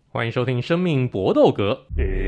欢迎收听《生命搏斗格》。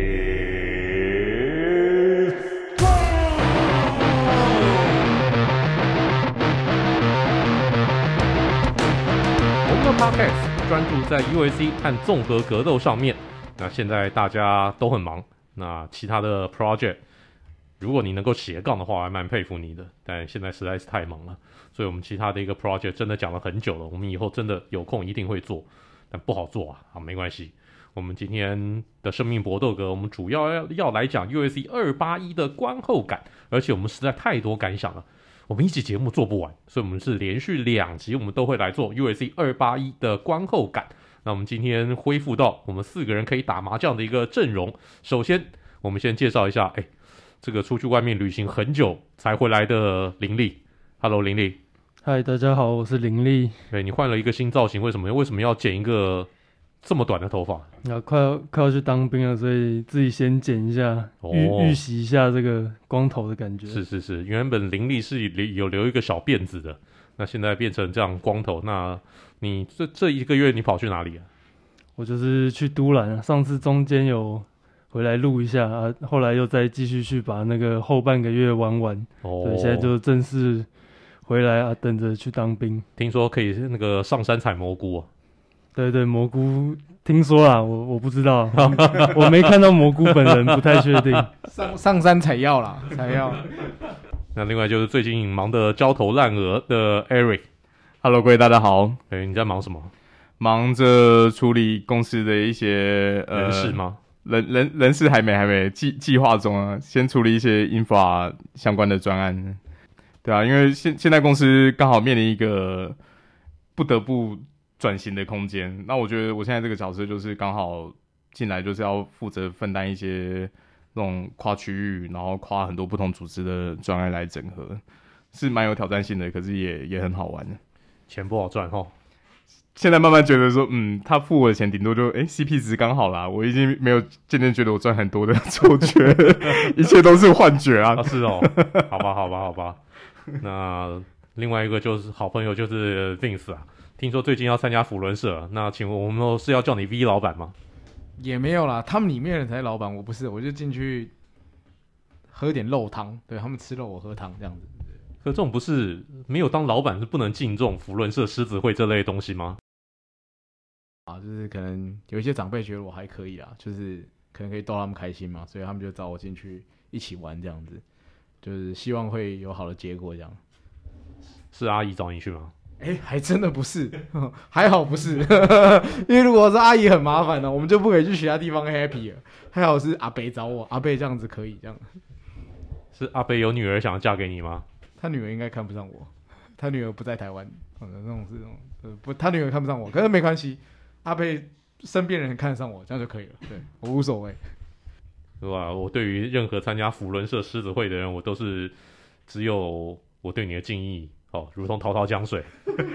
我们的 Podcast 专注在 UFC 和综合格斗上面。那现在大家都很忙，那其他的 project， 如果你能够斜杠的话，我还蛮佩服你的。但现在实在是太忙了，所以我们其他的一个 project 真的讲了很久了。我们以后真的有空一定会做，但不好做啊。好，没关系。我们今天的生命搏斗格，我们主要来讲 UFC 281的观后感，而且我们实在太多感想了，我们一集节目做不完，所以我们是连续2集，我们都会来做 UFC 281的观后感。那我们今天恢复到我们4个人可以打麻将的一个阵容。首先，我们先介绍一下，这个出去外面旅行很久才回来的林立。Hello， 林立。 嗨，大家好，我是林立。 对，你换了一个新造型，为什么要剪一个这么短的头发？ 快要去当兵了，所以自己先剪一下，预习一下这个光头的感觉。 是，原本林立是有留一个小辫子的，那现在变成这样光头。那你这一个月你跑去哪里啊？ 我就是去都兰，上次中间有回来录一下啊，后来又再继续去把那个后半个月玩完。对，现在就正式回来啊，等着去当兵。 听说可以那个上山采蘑菇啊。 对，蘑菇听说啦，我不知道，我没看到蘑菇本人，不太确定。 上山采药啦，采药。 那另外就是最近忙得焦头烂额的 Eric。Hello， 各位大家好。 你在忙什么？ 忙着处理公司的一些人事吗？ 人事还没计划中啊，先处理一些 infra 相关的专案。对啊，因为现在公司刚好面临一个不得不转型的空间，那我觉得我现在这个角色就是刚好进来就是要负责分担一些那种跨区域，然后跨很多不同组织的专案来整合，是蛮有挑战性的，可是也很好玩的。 钱不好赚齁。 现在慢慢觉得说，他付我的钱顶多就CP 值刚好啦，我已经没有渐渐觉得我赚很多的错觉，一切都是幻觉啊。 是哦，好吧。那另外一个就是好朋友就是 Vince 啊。听说最近要参加福伦社，那请问我们是要叫你 V 老板吗？ 也没有啦，他们里面人才是老板，我不是，我就进去喝点肉汤，对他们吃肉，我喝汤这样子。 可这种不是没有当老板是不能进这种福伦社、狮子会这类的东西吗？ 就是可能有一些长辈觉得我还可以啦，就是可能可以逗他们开心嘛，所以他们就找我进去一起玩这样子，就是希望会有好的结果这样。 是阿姨找你去吗？ 还真的不是，还好不是，因为如果是阿姨很麻烦的，我们就不可以去其他地方 happy 了。还好是阿伯找我，阿伯这样子可以这样。 是阿伯有女儿想要嫁给你吗？ 他女儿应该看不上我，他女儿不在台湾，那种是不，他女儿看不上我，可是没关系，阿伯身边人看得上我，这样就可以了，对我无所谓。 对吧？我对于任何参加福伦社、狮子会的人，我都是只有我对你的敬意。如同滔滔江水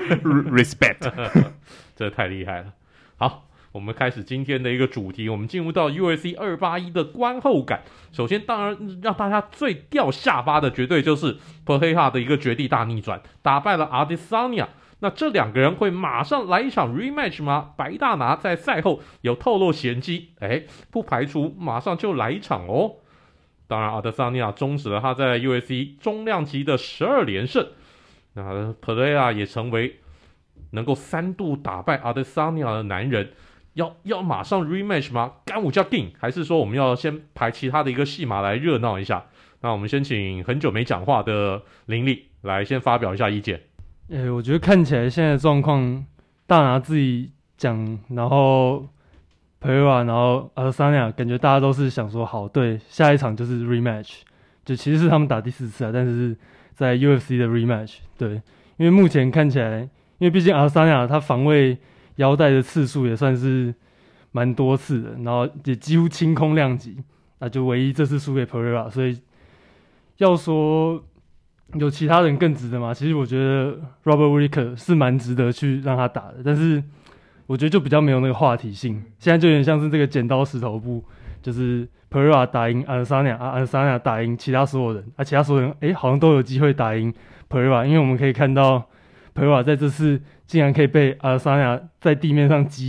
respect 这太厉害了。好，我们开始今天的一个主题，我们进入到 UFC 281的观后感。首先当然让大家最掉下巴的绝对就是 Pereira 的一个绝地大逆转，打败了 Adesanya。那这2个人会马上来一场 rematch 吗？白大拿在赛后有透露玄机，不排除马上就来一场哦。当然 Adesanya 终止了他在 UFC 中量级的12连胜，那 Pereira 也成为能够3度打败 Adesanya 的男人。要马上 rematch 吗？干武加定，还是说我们要先排其他的一个戏码来热闹一下？那我们先请很久没讲话的林立来先发表一下意见。 我觉得看起来现在的状况，大拿自己讲，然后 Pereira， 然后 Adesanya， 感觉大家都是想说好，对，下一场就是 rematch， 就其实是他们打第4次啊，但是在 UFC 的 rematch， 对，因为目前看起来，因为毕竟 Adesanya 他防卫腰带的次数也算是蛮多次的，然后也几乎清空量级，那就唯一这次输给 Pereira， 所以要说有其他人更值得吗？其实我觉得 Robert Whittaker 是蛮值得去让他打的，但是我觉得就比较没有那个话题性。现在就有点像是这个剪刀石头布，就是 Pereira 打赢 Adesanya，Adesanya 打赢其他所有人，其他所有人好像都有机会打赢 Pereira， 因为我们可以看到 Pereira 在这次竟然可以被 Adesanya 在地面上击，我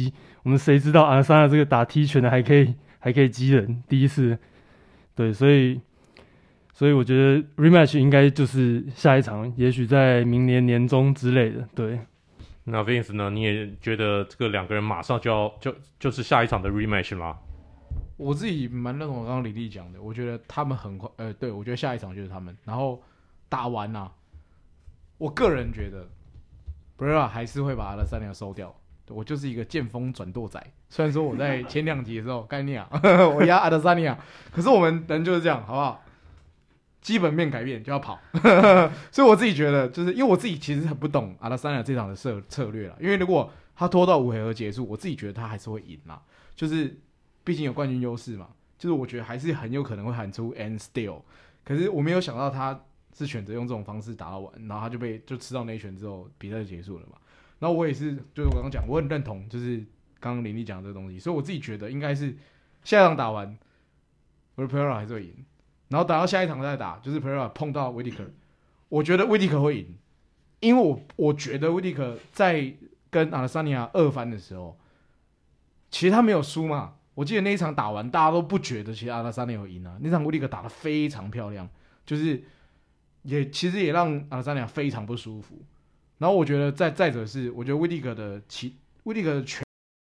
我们谁知道阿德萨尼亚这个打踢拳的还可以击人，第一次，对，所以我觉得 rematch 应该就是下一场，也许在明年年中之类的，对。 那 Vince 呢？你也觉得这个两个人马上就是下一场的 rematch 吗？ 我自己蛮认同刚刚李丽讲的，我觉得他们很快，对，我觉得下一场就是他们，然后打完啊，我个人觉得 Pereira 还是会把阿德萨尼亚收掉。我就是一个见风转舵仔，虽然说我在前2集的时候概念啊，我压阿德萨尼亚，可是我们人就是这样，好不好？基本面改变就要跑，所以我自己觉得，就是因为我自己其实很不懂阿德萨尼亚这场的策略啦，因为如果他拖到5回合结束，我自己觉得他还是会赢啦，就是毕竟有冠军优势嘛，就是我觉得还是很有可能会喊出 end still， 可是我没有想到他是选择用这种方式打到完，然后他就吃到那一拳之后，比赛就结束了嘛。然后我也是，就是我刚刚讲，我很认同，就是刚刚林立讲的这个东西，所以我自己觉得应该是下一场打完，我的 Pereira 还是会赢。然后等到下一场再打，就是 Pereira 碰到 Whittaker， 我觉得 Whittaker 会赢，因为我觉得 Whittaker 在跟阿德萨尼亚2番的时候，其实他没有输嘛。我记得那一场打完，大家都不觉得其实阿德萨尼亚有赢啊。那场 Whittaker 打得非常漂亮，就是其实也让阿德萨尼亚非常不舒服。然后我觉得再者是，我觉得 Whittaker 的拳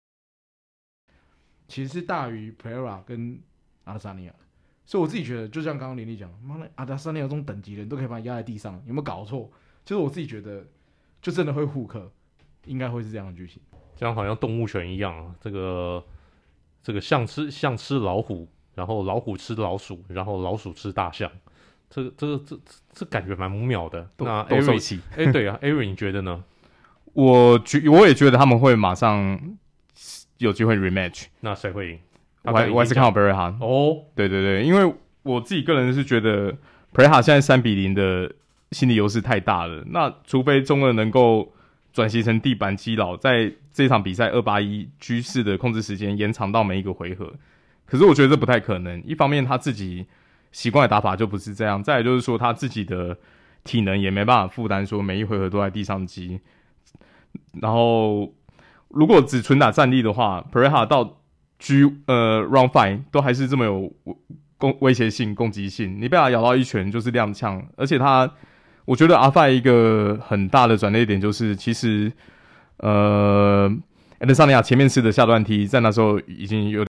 其实是大于 Pereira 跟阿德萨尼亚。所以我自己觉得，就像刚刚林立讲，妈的，阿德萨尼亚这种等级的人都可以把你压在地上，有没有搞错？就是我自己觉得，就真的会互克，应该会是这样的剧情。 这样好像动物权一样啊，这个象吃老虎，然后老虎吃老鼠，然后老鼠吃大象，这感觉蛮不妙的。那斗兽棋， 对啊 ，Avery 你觉得呢？ 我也觉得他们会马上有机会 rematch。 那谁会赢？ 我还是看好 Pereira 哦， 对，因为我自己个人是觉得 Pereira 现在3-0的心理优势太大了。那除非中二能够转型成地板基佬，在这场比赛281居士的控制时间延长到每一个回合，可是我觉得这不太可能。一方面他自己习惯的打法就不是这样，再来就是说他自己的体能也没办法负担说每一回合都在地上击。然后如果只纯打战力的话 ，Pereira 到Round 5都还是这么有威胁性、攻击性，你被他咬到一拳就是踉跄。而且我觉得R5一个很大的转捩点就是，其实阿德萨尼亚前面吃的下段踢，在那时候已经有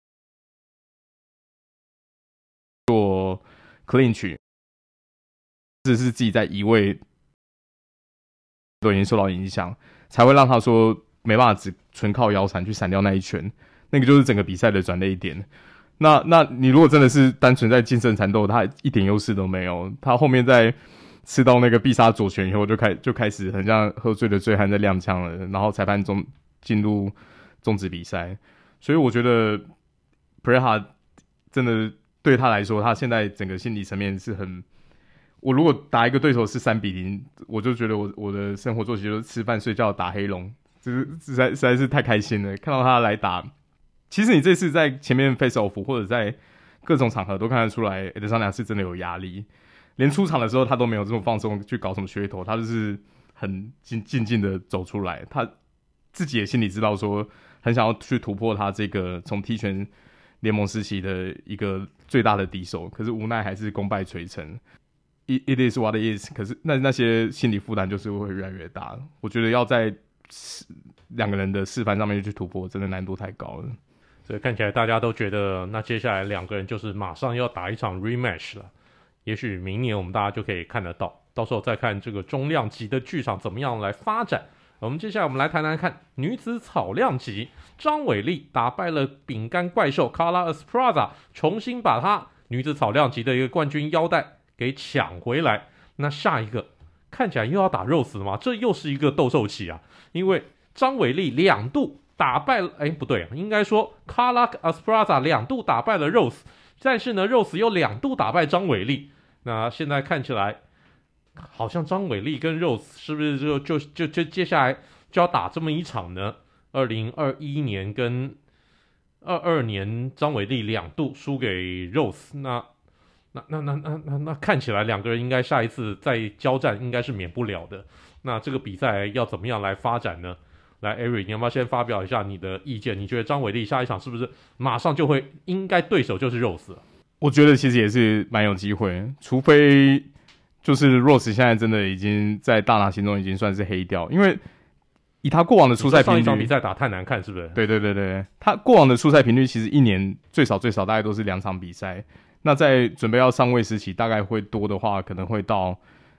做 clinch， 只是自己在移位都已经受到影响，才会让他说没办法只纯靠腰闪去闪掉那一拳。那个就是整个比赛的转捩点。那你如果真的是单纯在近身缠斗，他一点优势都没有。他后面在吃到那个必杀左拳以后，就开始很像喝醉的醉汉在踉跄了。然后裁判进入终止比赛。所以我觉得 Pereira 真的对他来说，他现在整个心理层面是很。我如果打一个对手是3-0，我就觉得我的生活作息就是吃饭睡觉打黑龙，实在是太开心了。看到他来打。其实你这次在前面 face off 或者在各种场合都看得出来，阿德萨尼亚是真的有压力，连出场的时候他都没有这么放松去搞什么噱头，他就是很静的走出来，他自己也心里知道说很想要去突破他这个从踢拳联盟时期的一个最大的敌手，可是无奈还是功败垂成。It is what it is， 可是那些心理负担就是会越来越大。我觉得要在两个人的示范上面去突破，真的难度太高了。 所以看起来大家都觉得，那接下来两个人就是马上要打一场 rematch 了。也许明年我们大家就可以看得到，到时候再看这个中量级的剧场怎么样来发展。我们接下来我们来谈谈看女子草量级，张伟丽打败了饼干怪兽 Carla Esparza， 重新把她女子草量级的一个冠军腰带给抢回来。那下一个看起来又要打 Rose 了吗？这又是一个斗兽棋啊！因为张伟丽2度打败了，不对啊，应该说 Carla Esparza 2度打败了 Rose， 但是呢 Rose 又2度打败张伟丽。那现在看起来好像张伟丽跟 Rose 是不是就接下来就要打这么一场呢？2021年跟22年张伟丽2度输给 Rose， 那看起来两个人应该下一次再交战应该是免不了的。那这个比赛要怎么样来发展呢？ 来 Eric， 你要不要先发表一下你的意见？你觉得张伟丽下一场是不是马上就会应该对手就是 Rose 了？ 我觉得其实也是蛮有机会，除非就是 Rose 现在真的已经在大拿心中已经算是黑掉，因为以他过往的出赛频率， 上一场比赛打太难看，是不是？ 对，他过往的出赛频率其实一年最少大概都是2场比赛，那在准备要上位时期，大概会多的话，可能会到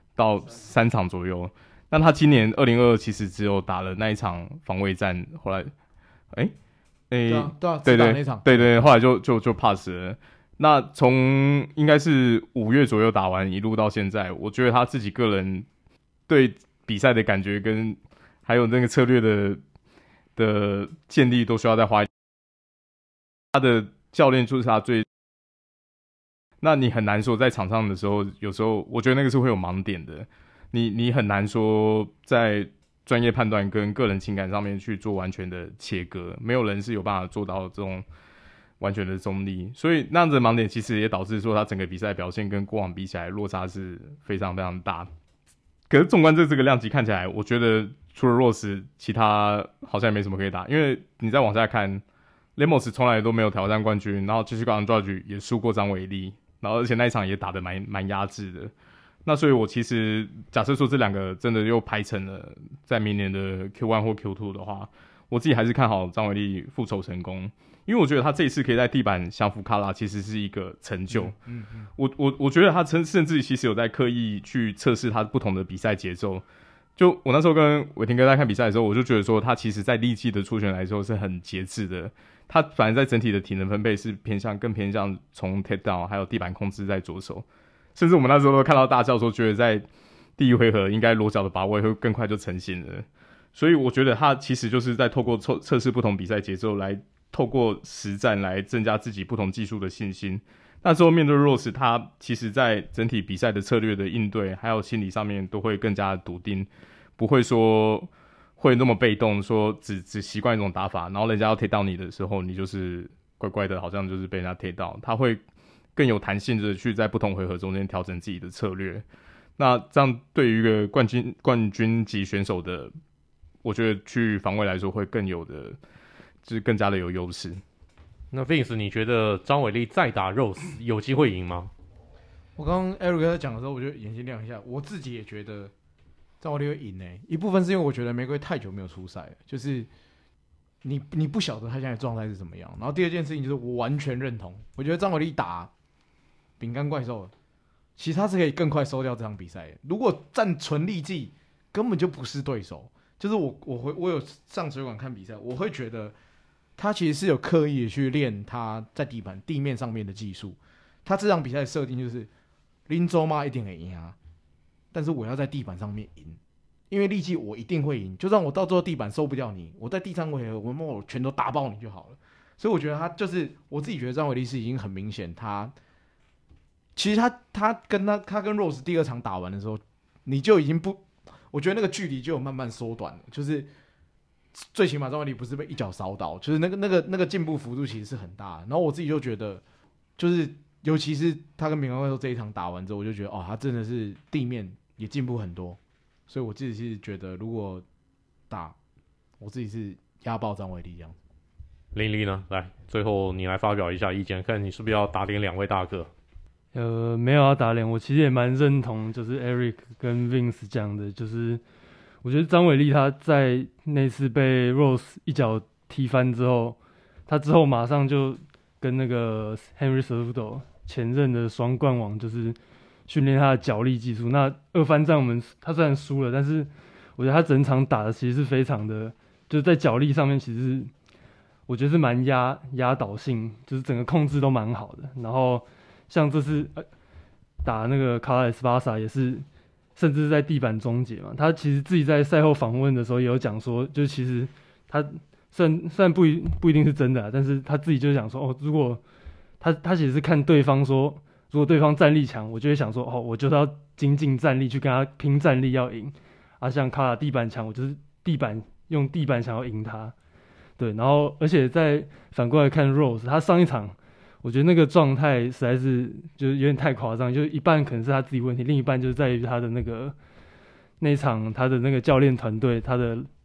3场左右。那他今年2022其实只有打了那一场防卫战，后来， 对啊， 对只打那场， 对，后来就 pass 了。那从应该是5月左右打完，一路到现在，我觉得他自己个人对比赛的感觉跟还有那个策略的建立都需要再花一点。他的教练就是他最，那你很难说在场上的时候，有时候我觉得那个是会有盲点的，你很难说在专业判断跟个人情感上面去做完全的切割，没有人是有办法做到这种完全的中立，所以那样子的盲点其实也导致说他整个比赛表现跟过往比起来落差是非常非常大。可是纵观这个量级看起来，我觉得除了 Rose， 其他好像也没什么可以打，因为你再往下看 ，Lemos 从来都没有挑战冠军，然后 Jessica Andrade 也输过张伟丽，然后而且那一场也打得蛮压制的。那所以我其实假设说这两个真的又排成了在明年的 Q1 或 Q2 的话，我自己还是看好张伟丽复仇成功。因为我觉得他这一次可以在地板降服卡拉，其实是一个成就。我觉得他甚至其实有在刻意去测试他不同的比赛节奏。就我那时候跟伟霆哥在看比赛的时候，我就觉得说他其实在力气的出拳来说是很节制的。他反而在整体的体能分配是更偏向从 takedown 还有地板控制在着手。甚至我们那时候都看到大教授觉得在第一回合应该裸脚的把握会更快就成型了。所以我觉得他其实就是在透过测试不同比赛节奏来。透过实战来增加自己不同技术的信心。那时候面对 Rose， 他其实在整体比赛的策略的应对，还有心理上面都会更加笃定，不会说会那么被动，说只习惯一种打法，然后人家要 take 到你的时候，你就是乖乖的，好像就是被人家 take 到。他会更有弹性的去在不同回合中间调整自己的策略。那这样对于一个冠军级选手的，我觉得去防卫来说会更有的。就是更加的有优势。 那 Vince， 你觉得张伟丽再打 Rose 有机会赢吗？ 我刚刚 Eric 在讲的时候，我就眼睛亮一下，我自己也觉得张伟丽会赢诶。一部分是因为我觉得玫瑰太久没有出赛了，就是你不晓得他现在的状态是怎么样。然后第二件事情就是我完全认同，我觉得张伟丽打饼干怪兽，其实他是可以更快收掉这场比赛的。如果站纯力技，根本就不是对手。就是我有上水管看比赛，我会觉得。他其实是有刻意的去练他在地面上面的技术。他这场比赛的设定就是林州妈一定会赢啊，但是我要在地板上面赢，因为力气我一定会赢，就算我到最后地板收不掉你，我在第3回合我全都打爆你就好了。所以我觉得他就是我自己觉得张伟丽是已经很明显，其实他跟 Rose 第2场打完的时候，你就已经不，我觉得那个距离就有慢慢缩短了，就是。最起码张伟丽不是被一脚扫倒，就是那个进步幅度其实是很大的。然后我自己就觉得，就是尤其是他跟饼干怪兽这一场打完之后，我就觉得哦，他真的是地面也进步很多。所以我自己是觉得，如果打，我自己是压爆张伟丽这样。 林立呢？来，最后你来发表一下意见，看你是不是要打脸2位大哥。 没有要打脸，我其实也蛮认同，就是 Eric 跟 Vince 讲的，就是。我觉得张伟丽他在那次被 Rose 一脚踢翻之后，他之后马上就跟那个 Henry Cejudo 前任的双冠王，就是训练他的脚力技术。那2番战他虽然输了，但是我觉得他整场打的其实是非常的，就是在脚力上面其实我觉得是蛮压倒性，就是整个控制都蛮好的。然后像这次打那个卡拉埃斯巴萨也是。甚至是在地板终结嘛，他其实自己在赛后访问的时候也有讲说，就是其实他虽然不一定是真的，但是他自己就讲说，如果他其实是看对方说，如果对方战力强，我就会想说，我就是要精进战力去跟他拼战力要赢。像卡拉地板强，我就是用地板想要赢他。对，然后而且再反过来看 Rose， 他上一场。我觉得那个状态实在是就是有点太夸张，就是一半可能是他自己问题，另一半就是在于他的那一场他的那个教练团队他的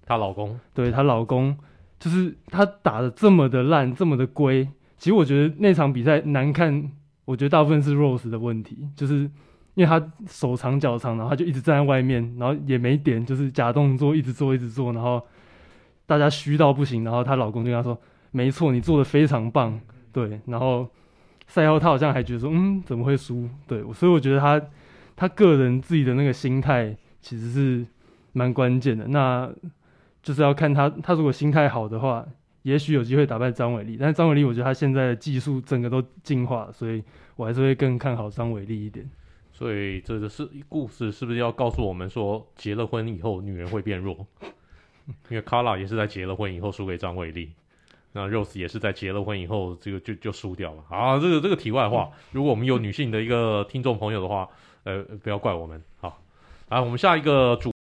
她老公， 对她老公，就是她打的这么的烂，这么的龟。其实我觉得那场比赛难看，我觉得大部分是 Rose 的问题，就是因为她手长脚长，然后她就一直站在外面，然后也没点，就是假动作一直做一直做，然后大家虚到不行，然后她老公就跟她说：“没错，你做的非常棒。”对，然后赛后她好像还觉得说：“怎么会输？”对，所以我觉得她个人自己的那个心态其实是蛮关键的。那就是要看她如果心态好的话，也许有机会打败张伟丽。但是张伟丽，我觉得她现在的技术整个都进化了，所以我还是会更看好张伟丽一点。 所以这个是故事，是不是要告诉我们说，结了婚以后女人会变弱？因为卡拉也是在结了婚以后输给张伟丽，那 Rose 也是在结了婚以后，这个就输掉了。好，这个题外话，如果我们有女性的一个听众朋友的话，不要怪我们。好，我们下一个主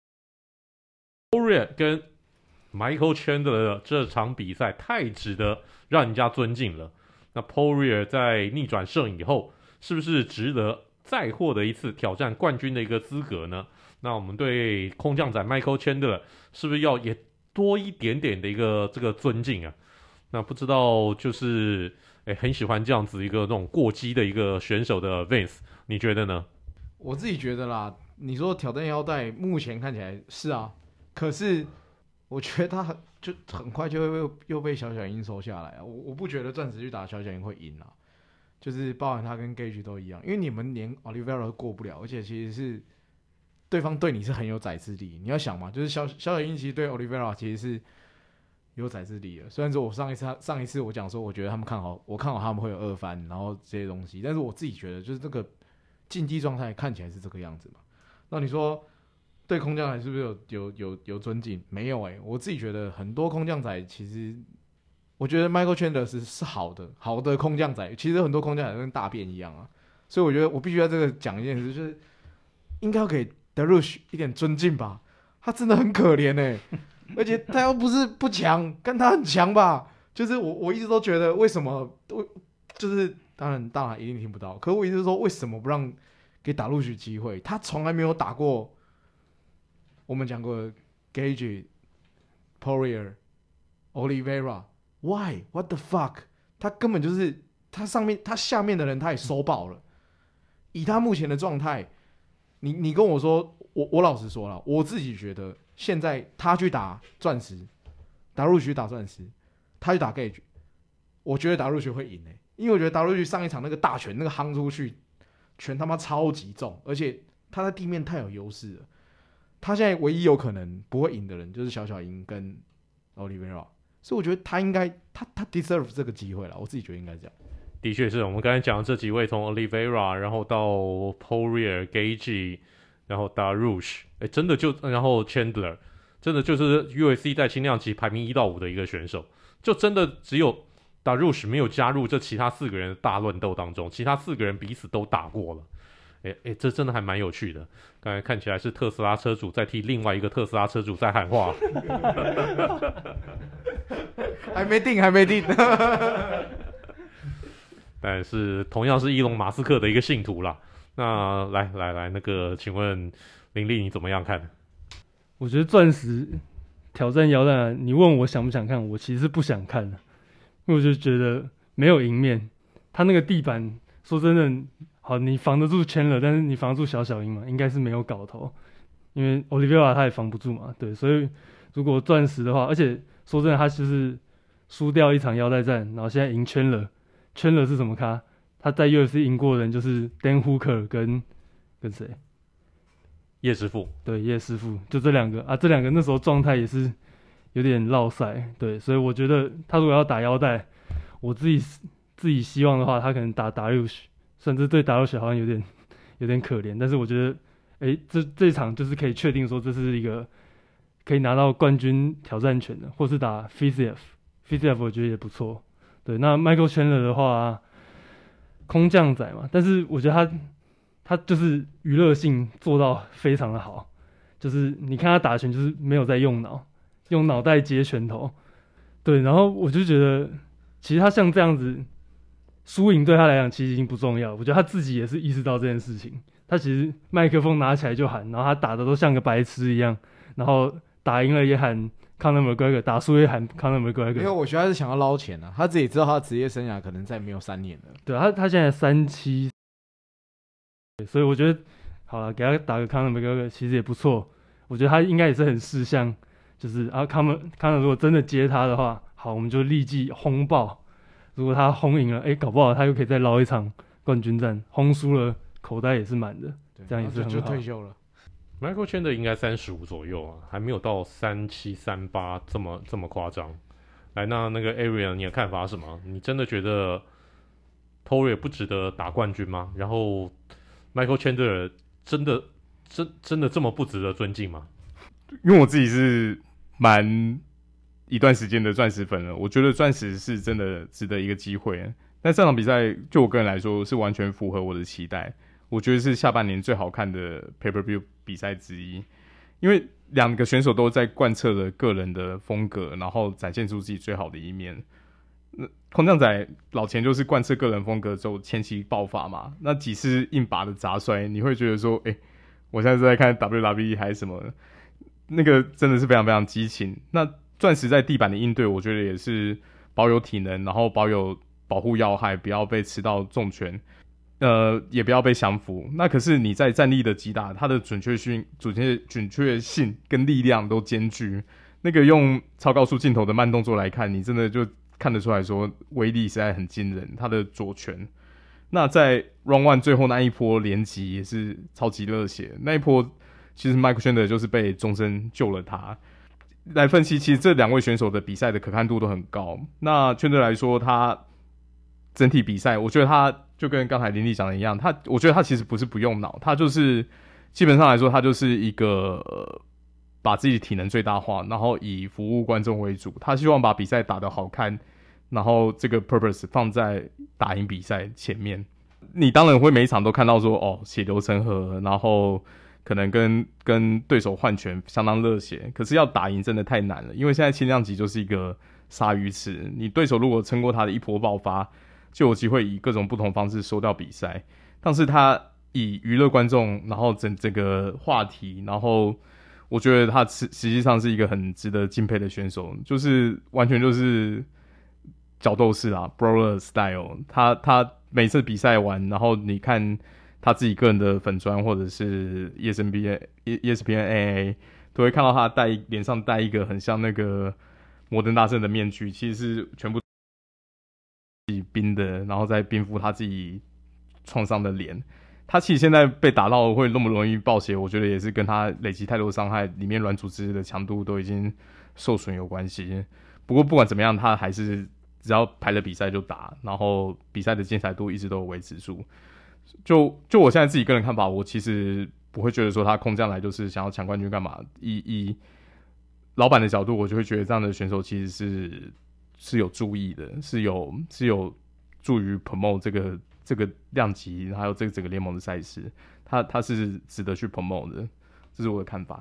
Poirier 跟 Michael Chandler 的这场比赛太值得让人家尊敬了。那 Poirier 在逆转胜以后，是不是值得再获得一次挑战冠军的一个资格呢？那我们对空降仔 Michael Chandler 是不是要也多一点点的一个这个尊敬啊？那不知道就是很喜欢这样子一个那种过激的一个选手的 Vince， 你觉得呢？ 我自己觉得啦，你说挑战腰带，目前看起来是啊，可是我觉得他很快就会又被小小鹰收下来啊。我不觉得钻石去打小小鹰会赢啊，就是包含他跟 Gage 都一样，因为你们连 Oliveira 都过不了，而且其实是对方对你是很有宰制力。你要想嘛，就是小小鹰其实对 Oliveira 其实是有宰制力的。虽然说我上一次我讲说，我觉得我看好他们会有2番，然后这些东西，但是我自己觉得就是这个竞技状态看起来是这个样子嘛。那你说对空降仔是不是有尊敬？没有我自己觉得很多空降仔其实，我觉得 Michael Chandler 是好的空降仔，其实很多空降仔跟大便一样啊。所以我觉得我必须在这个讲一件事，就是应该要给 Dariush 一点尊敬吧，他真的很可怜而且他又不是不强，但他很强吧？就是我一直都觉得为什么就是当然一定听不到，可我一直说为什么不让给打入许机会？他从来没有打过，我们讲过 Gage、Poirier、Oliveira，Why? What the fuck？ 他根本就是他下面的人他也收爆了。以他目前的状态，你跟我说，我老实说了，我自己觉得现在他去打钻石，打入许打钻石，他去打 Gage， 我觉得打入许会赢因为我觉得打入许上一场那个大拳那个夯出去，拳他妈超级重，而且他在地面太有优势了。他现在唯一有可能不会赢的人就是小小鹰跟 Oliveira， 所以我觉得他应该他 deserve 这个机会了，我自己觉得应该这样。 的确是我们刚才讲的这几位，从 Oliveira 然后到 Poirier、Gage， 然后 Dariush， 真的然后 Chandler， 真的就是 UFC 在轻量级排名1到5的一个选手，就真的只有 Dariush 没有加入这其他4个人的大乱斗当中，其他4个人彼此都打过了。这真的还蛮有趣的。刚才看起来是特斯拉车主在替另外一个特斯拉车主在喊话， 还没定。 但是同样是伊隆马斯克的一个信徒啦。那来，那个，请问林立你怎么样看？ 我觉得钻石挑战腰带，你问我想不想看，我其实是不想看的，因为我就觉得没有赢面。他那个地板，说真的，好，你防得住 Chandler， 但是你防得住小小鹰嘛？应该是没有搞头，因为 Oliveira 他也防不住嘛。对，所以如果钻石的话，而且说真的，他就是输掉一场腰带战，然后现在赢Chandler是什么咖？他在 UFC 赢过的人就是 Dan Hooker 跟谁？ 叶师傅。 对，叶师傅，就这2个啊，这2个那时候状态也是有点落赛。对，所以我觉得他如果要打腰带，我自己希望的话，他可能打 Dariush， 甚至对 Dariush 好像有点可怜，但是我觉得，这场就是可以确定说这是一个可以拿到冠军挑战权的，或是打 Fiziev 我觉得也不错。对，那 Michael Chandler 的话，空降仔嘛，但是我觉得他就是娱乐性做到非常的好，就是你看他打拳就是没有在用脑袋接拳头。对，然后我就觉得其实他像这样子，输赢对他来讲其实已经不重要，我觉得他自己也是意识到这件事情。他其实麦克风拿起来就喊，然后他打的都像个白痴一样，然后打赢了也喊 Conor McGregor，打输也喊 Conor 因为 McGregor。 我觉得他是想要捞钱啊，他自己知道他的职业生涯可能再没有3年了。 对他现在37，所以我觉得好了，给他打个 Conor McGregor 其实也不错。我觉得他应该也是很识相，就是Conor 如果真的接他的话，好，我们就立即轰爆。如果他轰赢了，搞不好他又可以再捞一场冠军战，轰输了口袋也是满的， 对， 这样也是很好。 就退休了。 Michael Chandler 应该35左右啊，还没有到37、38这么夸张。来，那个 Arian， 你的看法是什么？你真的觉得 Poirier 不值得打冠军吗？然后 Michael Chandler 真的这么不值得尊敬吗？ 因为我自己是蛮一段时间的钻石粉了，我觉得钻石是真的值得一个机会。但这场比赛就我个人来说是完全符合我的期待，我觉得是下半年最好看的 Pay-Per-View 比赛之一，因为两个选手都在贯彻了个人的风格，然后展现出自己最好的一面。空降仔老前就是贯彻个人风格之后前期爆发嘛，那几次硬拔的杂摔，你会觉得说，我现在是在看 WWE 还是什么？那个真的是非常非常激情。那钻石在地板的应对，我觉得也是保有体能，然后保护要害，不要被吃到重拳，也不要被降服。那可是你在战力的击打，它的准确性跟力量都兼具。那个用超高速镜头的慢动作来看，你真的就看得出来说威力实在很惊人。他的左拳，那在 Round One 最后那一波连击也是超级热血。那一波其实 Michael Chandler 就是被终身救了他。来分析，其实这两位选手的比赛的可看度都很高。那Chandler来说，他整体比赛，我觉得他就跟刚才林立讲的一样，我觉得他其实不是不用脑，他就是基本上来说，他就是一个把自己的体能最大化，然后以服务观众为主。他希望把比赛打得好看，然后这个 purpose 放在打赢比赛前面。你当然会每一场都看到说，血流成河，然后可能跟对手换拳相当热血，可是要打赢真的太难了，因为现在轻量级就是一个鲨鱼池，你对手如果撑过他的一波爆发，就有机会以各种不同方式收掉比赛。但是他以娱乐观众，然后整个话题，然后我觉得他实际上是一个很值得敬佩的选手，就是完全就是角斗士啊 ，Brawler Style。他每次比赛完，然后你看他自己个人的粉专或者是 ESPN、AA 都会看到他脸上戴一个很像那个摩登大圣的面具，其实是全部自己冰的，然后再冰敷他自己创伤的脸。他其实现在被打到会那么容易爆血，我觉得也是跟他累积太多伤害，里面软组织的强度都已经受损有关系。不过不管怎么样，他还是只要排了比赛就打，然后比赛的精彩度一直都有维持住。就我现在自己个人看法，我其实不会觉得说他空降来就是想要抢冠军干嘛。以老板的角度，我就会觉得这样的选手其实是有注意的，是有助于 promote 这个量级，还有这个整个联盟的赛事，他是值得去 promote 的，这是我的看法。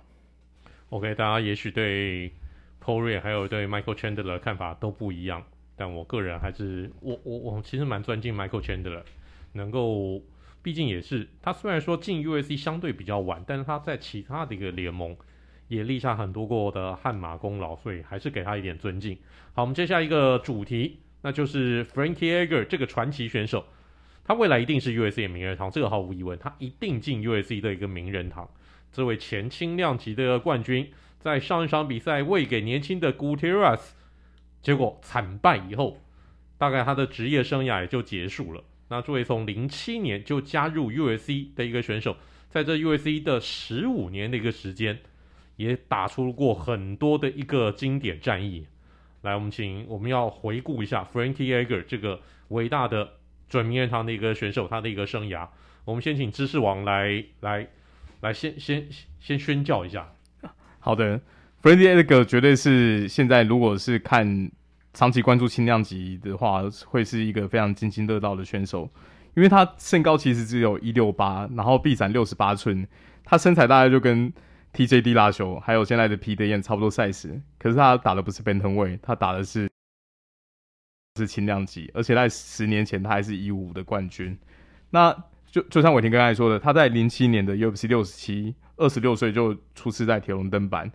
OK， 大家也许对 Poirier 还有对 Michael Chandler 的看法都不一样，但我个人还是我其实蛮尊敬 Michael Chandler， 能够毕竟也是他虽然说进 UFC 相对比较晚，但是他在其他的一个联盟也立下很多过的汗马功劳，所以还是给他一点尊敬。好，我们接下一个主题，那就是 Frankie Edgar 这个传奇选手。他未来一定是 UFC 的名人堂，这个毫无疑问，他一定进 UFC 的一个名人堂。这位前轻量级的冠军，在上一场比赛喂给年轻的 Gutierrez， 结果惨败以后，大概他的职业生涯也就结束了。那这位从07年就加入 UFC 的一个选手，在这 UFC 的15年的一个时间，也打出过很多的一个经典战役。来，我们要回顾一下 Frankie Edgar 这个伟大的准名人堂的一个选手，他的一个生涯。我们先请知识王来先宣教一下。 好的 ，Frankie Edgar 绝对是现在如果是看长期关注轻量级的话，会是一个非常津津乐道的选手，因为他身高其实只有168，然后臂展68寸，他身材大概就跟 TJ 迪拉修还有现在的皮德燕差不多 size， 可是他打的不是 Bantamweight， 他打的是轻量级，而且在10年前他还是155的冠军。那就像伟霆刚才说的，他在07年的 UFC 67 26岁就初次在铁笼登板，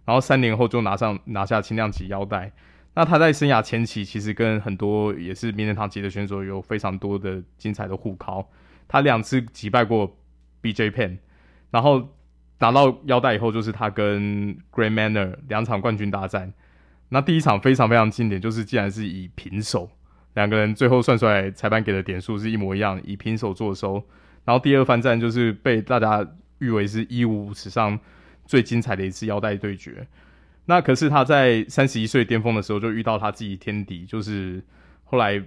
然后3年后就拿下轻量级腰带。那他在生涯前期其实跟很多也是名人堂级的选手有非常多的精彩的互考，他2次击败过 BJ Penn， 然后拿到腰带以后就是他跟 Gray Manor 2场冠军大战。那第一场非常非常经典，就是竟然是以平手，2个人最后算出来裁判给的点数是一模一样，以平手作收。然后第二番战就是被大家誉为是155史上最精彩的一次腰带对决。那可是他在31岁巅峰的时候就遇到他自己天敌，就是后来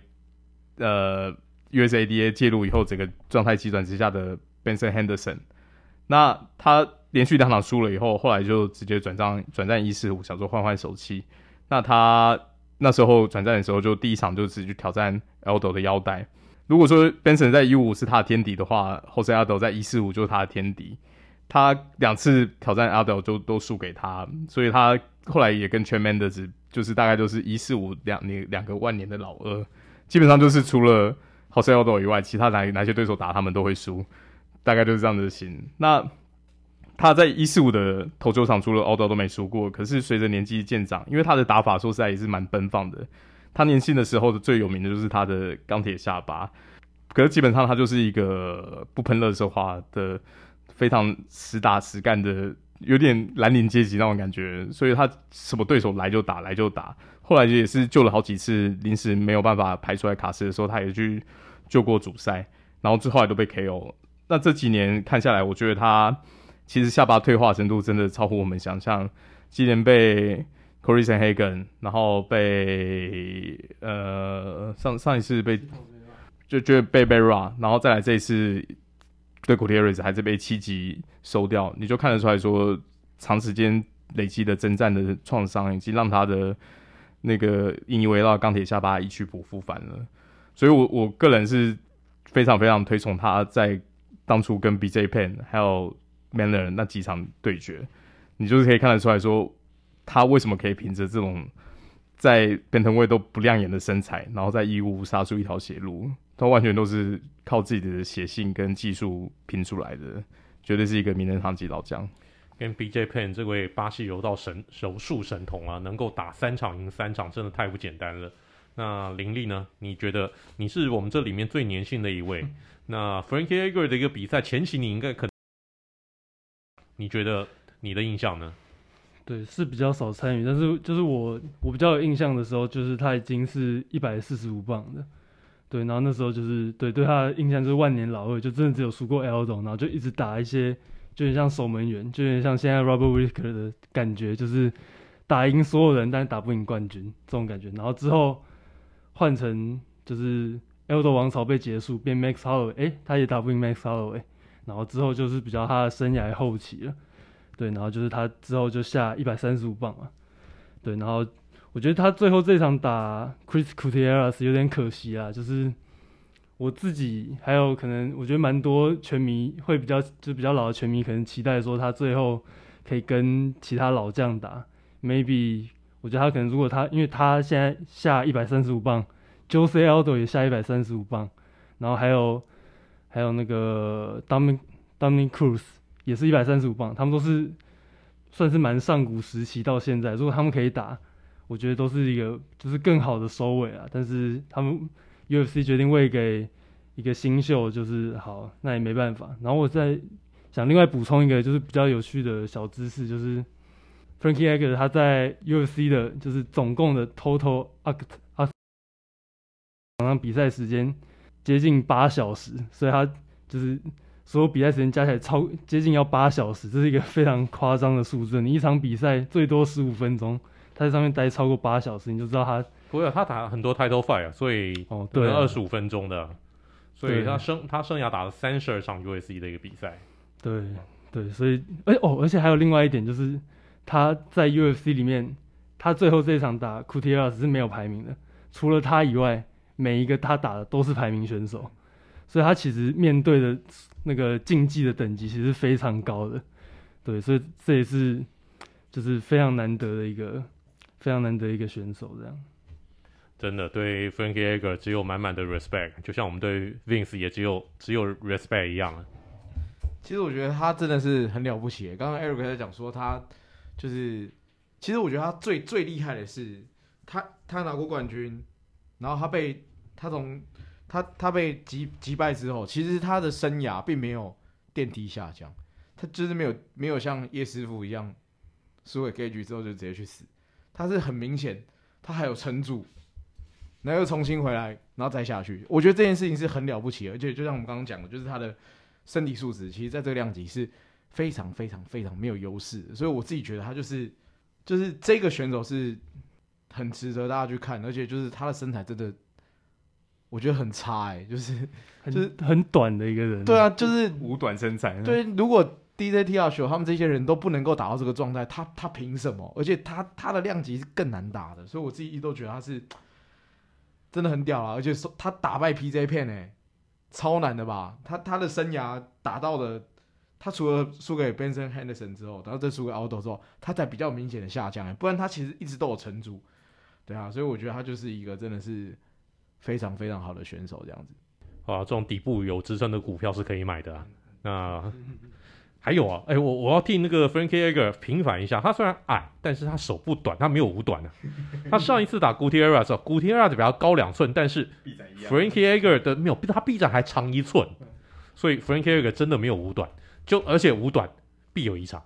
USADA 介入以后整个状态急转直下的 Benson Henderson。那他连续2场输了以后，后来就直接转战145，想说换手气。那他那时候转战的时候，就第一场就直接去挑战 Aldo 的腰带。如果说 Benson 在155是他的天敌的话， Jose Aldo 在145就是他的天敌。他2次挑战 Aldo 就都输给他，所以他后来也跟 Chad Mendes 就是大概都是145两个万年的老二，基本上就是除了 Jose Aldo 以外，其他哪些对手打他们都会输，大概就是这样子的型。那他在145的投球场除了 Aldo 都没输过，可是随着年纪渐长，因为他的打法说实在也是蛮奔放的，他年轻的时候的最有名的就是他的钢铁下巴，可是基本上他就是一个不喷垃圾话的非常实打实干的，有点蓝领阶级那种感觉，所以他什么对手来就打。后来也是救了好几次临时没有办法排出来卡斯的时候，他也去救过主赛，然后最后来都被 KO。那这几年看下来，我觉得他其实下巴退化程度真的超乎我们想象。今年被 Corey Sandhagen， 然后被上一次被就被 Berra， 然后再来这一次对 Gutierrez 还是被7级收掉，你就看得出来说长时间累积的征战的创伤已经让他的那个引以为傲钢铁下巴一去不复返了。所以我个人是非常非常推崇他在当初跟 BJ Penn 还有 Manor 那几场对决，你就是可以看得出来说他为什么可以凭着这种在 Bantamweight 都不亮眼的身材，然后在155杀出一条血路，他完全都是靠自己的血性跟技术拼出来的，绝对是一个名人堂级老将。 跟 BJ Penn 这位巴西柔术神童啊，能够打3场赢3场，真的太不简单了。那林立呢？你觉得你是我们这里面最年轻的一位？那 Frankie Edgar 的一个比赛前期你应该你觉得你的印象呢？ 对，是比较少参与，但是就是我比较有印象的时候，就是他已经是145磅的，对，然后那时候就是对他的印象就是万年老二，就真的只有输过 Aldo， 然后就一直打一些就有点像守门员，就有点像现在 Robert Whittaker 的感觉，就是打赢所有人，但是打不赢冠军这种感觉。然后之后换成就是 Aldo 王朝被结束，变 Max Holloway， 他也打不赢 Max Holloway， 然后之后就是比较他的生涯后期了。对，然后就是他之后就下135磅嘛，对，然后我觉得他最后这场打 Chris Gutierrez 有点可惜啦，就是我自己还有可能我觉得蛮多拳迷会比较老的拳迷可能期待说他最后可以跟其他老将打 ，maybe 我覺得他可能如果因為他現在下135磅 ，Jose Aldo 也下135磅，然後還有那個 Dominic Cruz 也是135磅，他們都是算是蠻上古時期到現在，如果他們可以打，我覺得都是一個就是更好的收尾啊。但是他們 UFC 決定餵給一個新秀，就是好，那也沒辦法。然後我再想另外補充一個就是比較有趣的小知識，就是 Frankie Edgar 他在 UFC 的就是總共的 total 場比賽時間接近8小時，所以他就是所有比賽時間加起來接近要8小時，這是一個非常誇張的數字。你一場比賽最多15分鐘，他在上面待超過8小時，你就知道他不會他打很多 title fight 啊，所以對 25分鐘的，所以他生涯打了32場 UFC 的一個比賽。 對對，所以而且還有另外一點就是他在 UFC 裡面，他最後這一場打 Gutierrez 是沒有排名的，除了他以外，每一個他打的都是排名選手，所以他其實面對的那個競技的等級其實是非常高的，對，所以這也是就是非常難得的一個選手，這樣。 真的對 Frankie Edgar 只有滿滿的 respect， 就像我們對 Vince 也只有 respect 一樣。 其實我覺得他真的是很了不起。剛剛 Eric 在講說他就是其实我觉得他最厉害的是，他拿过冠军，然后他被击败之后，其实他的生涯并没有电梯下降，他就是没有像叶师傅一样输给 Gage 之后就直接去死，他是很明显他还有撑住，然后又重新回来，然后再下去。我觉得这件事情是很了不起的，而且就像我们刚刚讲的，就是他的身体素质，其实在这个量级是非常非常非常没有优势的，所以我自己觉得他就是这个选手是很值得大家去看，而且就是他的身材真的。我觉得很差就是很短的一个人。 对啊，就是五短身材。 对，如果 DJ、TR 秀他们这些人都不能够打到这个状态，他凭什么？而且他的量级是更难打的，所以我自己都觉得他是真的很屌啊！而且他打败 PJ 片超难的吧？他的生涯打到的，他除了输给 Benson Henderson 之后，然后再输给 Aldo 之后，他才比较明显的下降不然他其实一直都有撑住。对啊，所以我觉得他就是一个真的是。非常非常好的选手，这样子啊，这种底部有支撑的股票是可以买的啊。那还有啊，我要替那个 Frankie Edgar 平反一下，他虽然矮，但是他手不短，他没有五短啊。他上一次打 Gutierrez 的时候 ，Gutierrez 比他高2寸，但是 Frankie Edgar 的没有，他臂展还长1寸，所以 Frankie Edgar 真的没有五短，而且五短必有一场。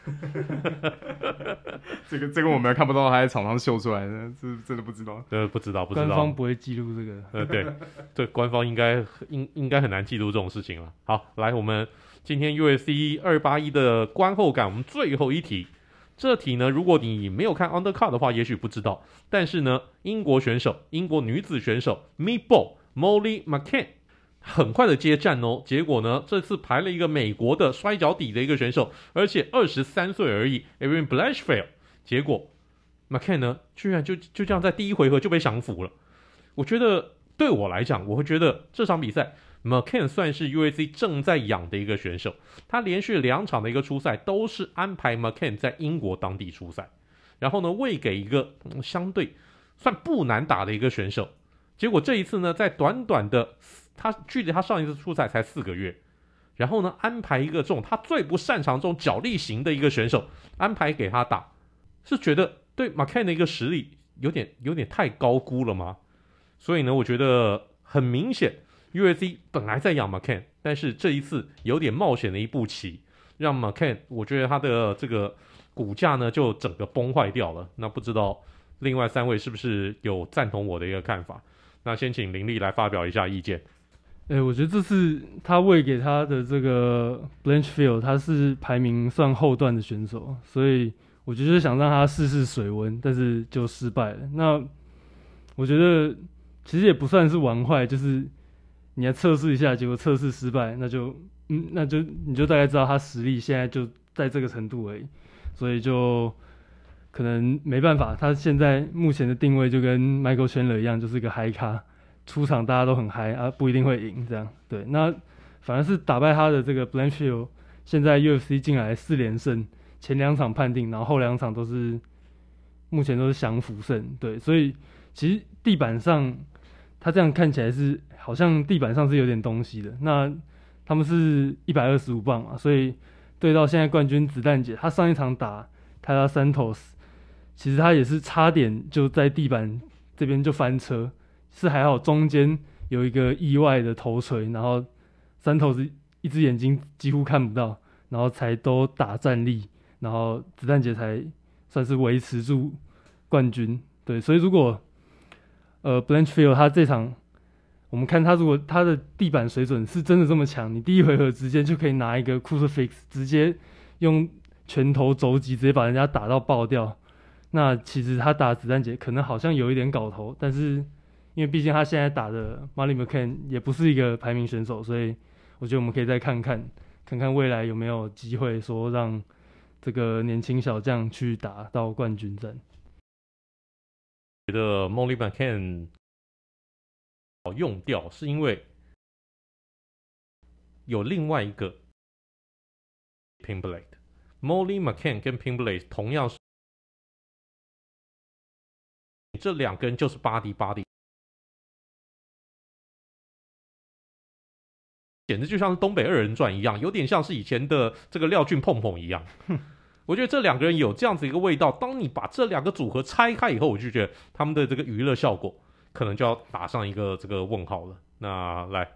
这个我们看不到他在场上秀出来的，这真的不知道。 不知道。 官方不会记录这个。 对，官方应该很难记录这种事情了。好，来，我们今天 UFC 281的观后感，我们最后一题。这题呢，如果你没有看 Undercard 的话，也许不知道。但是呢，英国女子选手 Meatball Molly McCann。很快的接战哦，结果呢，这次排了一个美国的摔跤底的一个选手，而且23岁而已 ，Erin Blanchfield。结果 McCann 呢，居然就这样在第一回合就被降服了。我觉得对我来讲，我会觉得这场比赛 McCann 算是 UFC 正在养的一个选手，他连续2场的一个出赛都是安排 McCann 在英国当地出赛，然后呢，喂给一个相对算不难打的一个选手。结果这一次呢，在短短的他距离他上一次出赛才4个月，然后呢，安排一个这种他最不擅长这种角力型的一个选手，安排给他打，是觉得对 McCann 的一个实力有点太高估了吗？所以呢，我觉得很明显 ，UFC 本来在养 McCann， 但是这一次有点冒险的一步棋，让 McCann 我觉得他的这个股价呢就整个崩坏掉了。那不知道另外3位是不是有赞同我的一个看法？那先请林立来发表一下意见。 我觉得这次他喂给他的这个 Blanchfield， 他是排名算后段的选手，所以我就是想让他试试水温，但是就失败了。那我觉得其实也不算是玩坏，就是你来测试一下，结果测试失败，那就你就大概知道他实力现在就在这个程度而已，所以就可能没办法。他现在目前的定位就跟 Michael Chandler 一样，就是一个嗨咖。出场大家都很嗨啊，不一定会赢这样。对，那反而是打败他的这个 Blanchfield， 现在 UFC 进来4连胜，前2场判定，然后后2场目前都是降服胜。对，所以其实地板上他这样看起来是好像地板上是有点东西的。那他们是125磅嘛，所以对到现在冠军子弹姐，他上一场打Taila Santos， 其实他也是差点就在地板这边就翻车。是还好，中间有一个意外的头锤，然后Santos一只眼睛几乎看不到，然后才都打站立，然后子弹姐才算是维持住冠军。对，所以如果Blanchfield 他这场，我们看他如果他的地板水准是真的这么强，你第一回合直接就可以拿一个 Crucifix， 直接用拳头肘击直接把人家打到爆掉，那其实他打子弹姐可能好像有一点搞头，但是因为毕竟他现在打的 Molly McCann 也不是一个排名选手，所以我觉得我们可以再看看未来有没有机会说让这个年轻小将去打到冠军战。 觉得 Molly McCann 好用掉，是因为有另外一个 Pimblett。Molly McCann 跟 Pimblett 同样是，这2个人就是 body， 简直就像是东北2人转一样，有点像是以前的这个廖俊碰碰一样。 我觉得这两个人有这样子一个味道，当你把这两个组合拆开以后，我就觉得他们的这个娱乐效果可能就要打上一个这个问号了。那来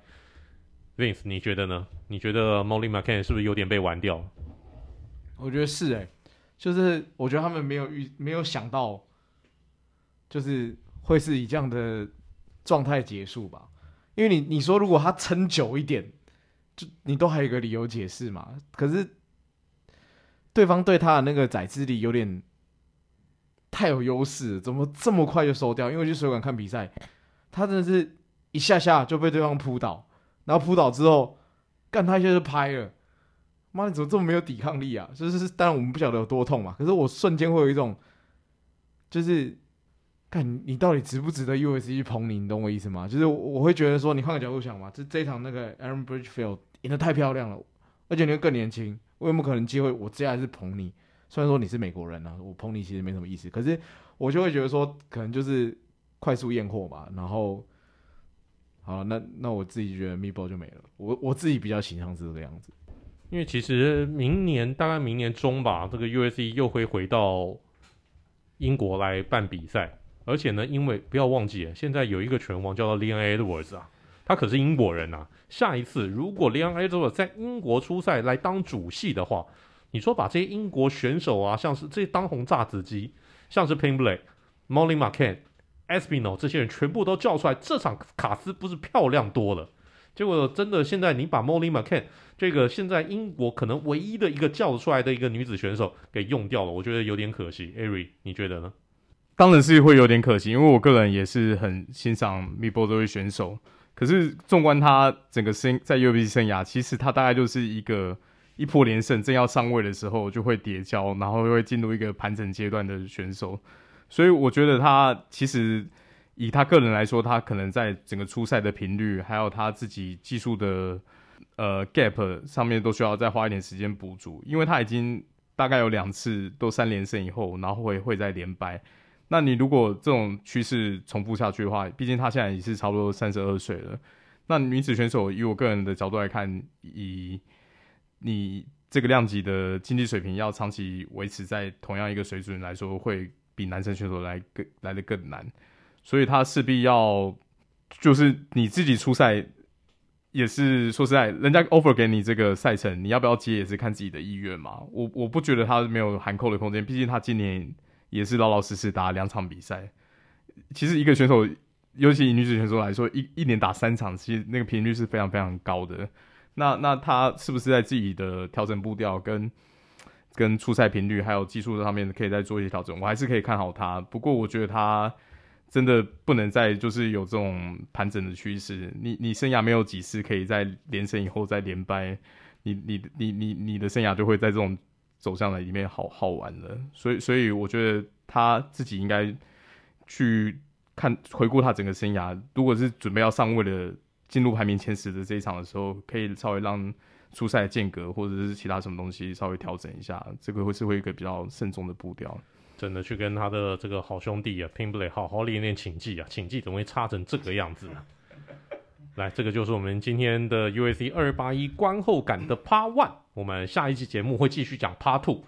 Vince 你觉得呢？你觉得 Molly McCann 是不是有点被玩掉？ 我觉得是就是我觉得他们没有想到，就是会是以这样的状态结束吧。因为你说如果他撑久一点，就你都还有一个理由解释嘛。可是对方对他的那个宰制力有点太有优势了，怎么这么快就收掉？因为我去水管看比赛，他真的是一下下就被对方扑倒，然后扑倒之后，干他一下就拍了。妈，你怎么这么没有抵抗力啊？就是当然我们不晓得有多痛嘛，可是我瞬间会有一种，就是看你到底值不值得 UFC 去捧你，你懂我意思吗？就是我会觉得说，你换个角度想嘛，这一场那个 Aaron Bridgefield 赢得太漂亮了，而且你又更年轻，我有没有可能机会？我接下来是捧你，虽然说你是美国人啊，我捧你其实没什么意思，可是我就会觉得说，可能就是快速验货吧。然后，好，那我自己觉得 Meatball 就没了，我自己比较倾向是这个样子。 因为其实大概明年中吧，这个 UFC 又会回到英国来办比赛，而且呢，因为不要忘记，现在有一个拳王叫做 Leon Edwards 啊，他可是英国人啊。下一次如果 Leon Edwards 在英国出赛来当主戏的话，你说把这些英国选手啊，像是这些当红炸子鸡，像是 Pimblett、Molly McCann、Espinal 这些人全部都叫出来，这场卡斯不是漂亮多了？结果真的现在你把 Molly McCann 这个现在英国可能唯一的一个叫得出来的一个女子选手给用掉了，我觉得有点可惜。Ari 你觉得呢？ 当然是会有点可惜，因为我个人也是很欣赏 Meatball 这位选手。可是纵观他整个在 UFC 生涯，其实他大概就是一波连胜，正要上位的时候就会跌跤，然后会进入一个盘整阶段的选手。所以我觉得他其实以他个人来说，他可能在整个出赛的频率，还有他自己技术的gap 上面都需要再花一点时间补足，因为他已经大概有2次都3连胜以后，然后会再连败。那你如果这种趋势重复下去的话，毕竟他现在也是差不多32岁了。那女子选手以我个人的角度来看，以你这个量级的竞技水平要长期维持在同样一个水准来说，会比男生选手来得更难。所以他势必要，就是你自己出赛，也是说实在，人家 offer 给你这个赛程，你要不要接也是看自己的意愿嘛。我不觉得他没有含扣的空间，毕竟他今年也是老老实实打2场比赛。其实一个选手，尤其以女子选手来说，一年打3场，其实那个频率是非常非常高的。那他是不是在自己的调整步调跟出赛频率还有技术上面可以再做一些调整？我还是可以看好他。不过我觉得他真的不能再就是有这种盘整的趋势。你生涯没有几次可以在连胜以后再连败，你的生涯就会在这种走向的里面好玩了。所以我觉得他自己应该去回顾他整个生涯，如果是准备要上位的进入排名前10的这一场的时候，可以稍微让出赛的间隔或者是其他什么东西稍微调整一下，这个会一个比较慎重的步调。 真的去跟他的这个好兄弟啊 Pimblett 好好练练擒技啊，擒技怎么会差成这个样子呢？来，这个就是我们今天的 UFC 281观后感的 Part 1，我们下一期节目会继续讲 Part 2。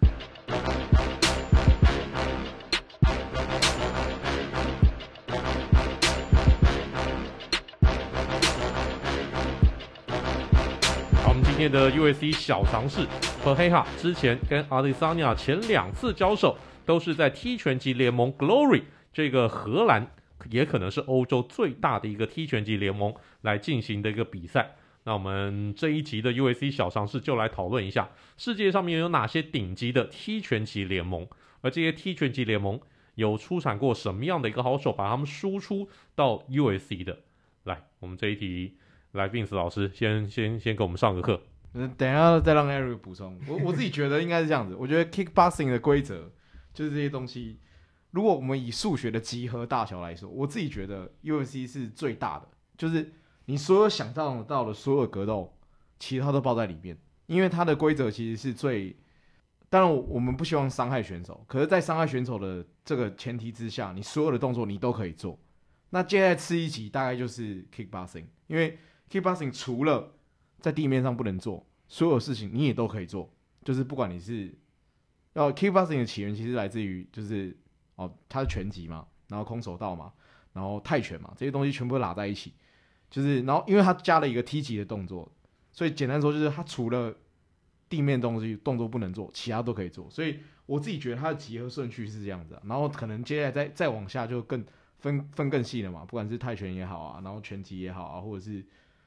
今天的 UFC 小常识，和黑哈之前跟阿迪萨尼亚前2次交手，都是在踢拳击联盟 Glory 这个荷兰也可能是欧洲最大的一个踢拳击联盟来进行的一个比赛。那我们这一集的 UFC 小常识就来讨论一下，世界上面有哪些顶级的踢拳击联盟，而这些踢拳击联盟有出产过什么样的一个好手，把他们输出到 UFC 的。来，我们这一题来 Vince 老师先给我们上个课。 等一下再让 Eric 补充。我自己觉得应该是这样子。我觉得 kickboxing 的规则就是这些东西。如果我们以数学的集合大小来说，我自己觉得 UFC 是最大的，就是你所有想象到的所有格斗，其他都包在里面。因为它的规则其实是最，当然我们不希望伤害选手，可是，在伤害选手的这个前提之下，你所有的动作你都可以做。那接下来吃一集大概就是 kickboxing， 因为 kickboxing 除了在地面上不能做，所有事情你也都可以做，就是不管你是 kickboxing 的起源其实来自于就是它是拳击嘛，然后空手道嘛，然后泰拳嘛，这些东西全部都拉在一起，就是然后因为它加了一个踢击的动作，所以简单说就是它除了地面动作不能做，其他都可以做，所以我自己觉得它的集合顺序是这样子然后可能接下来再往下就更分更细了嘛，不管是泰拳也好啊，然后拳击也好啊，或者是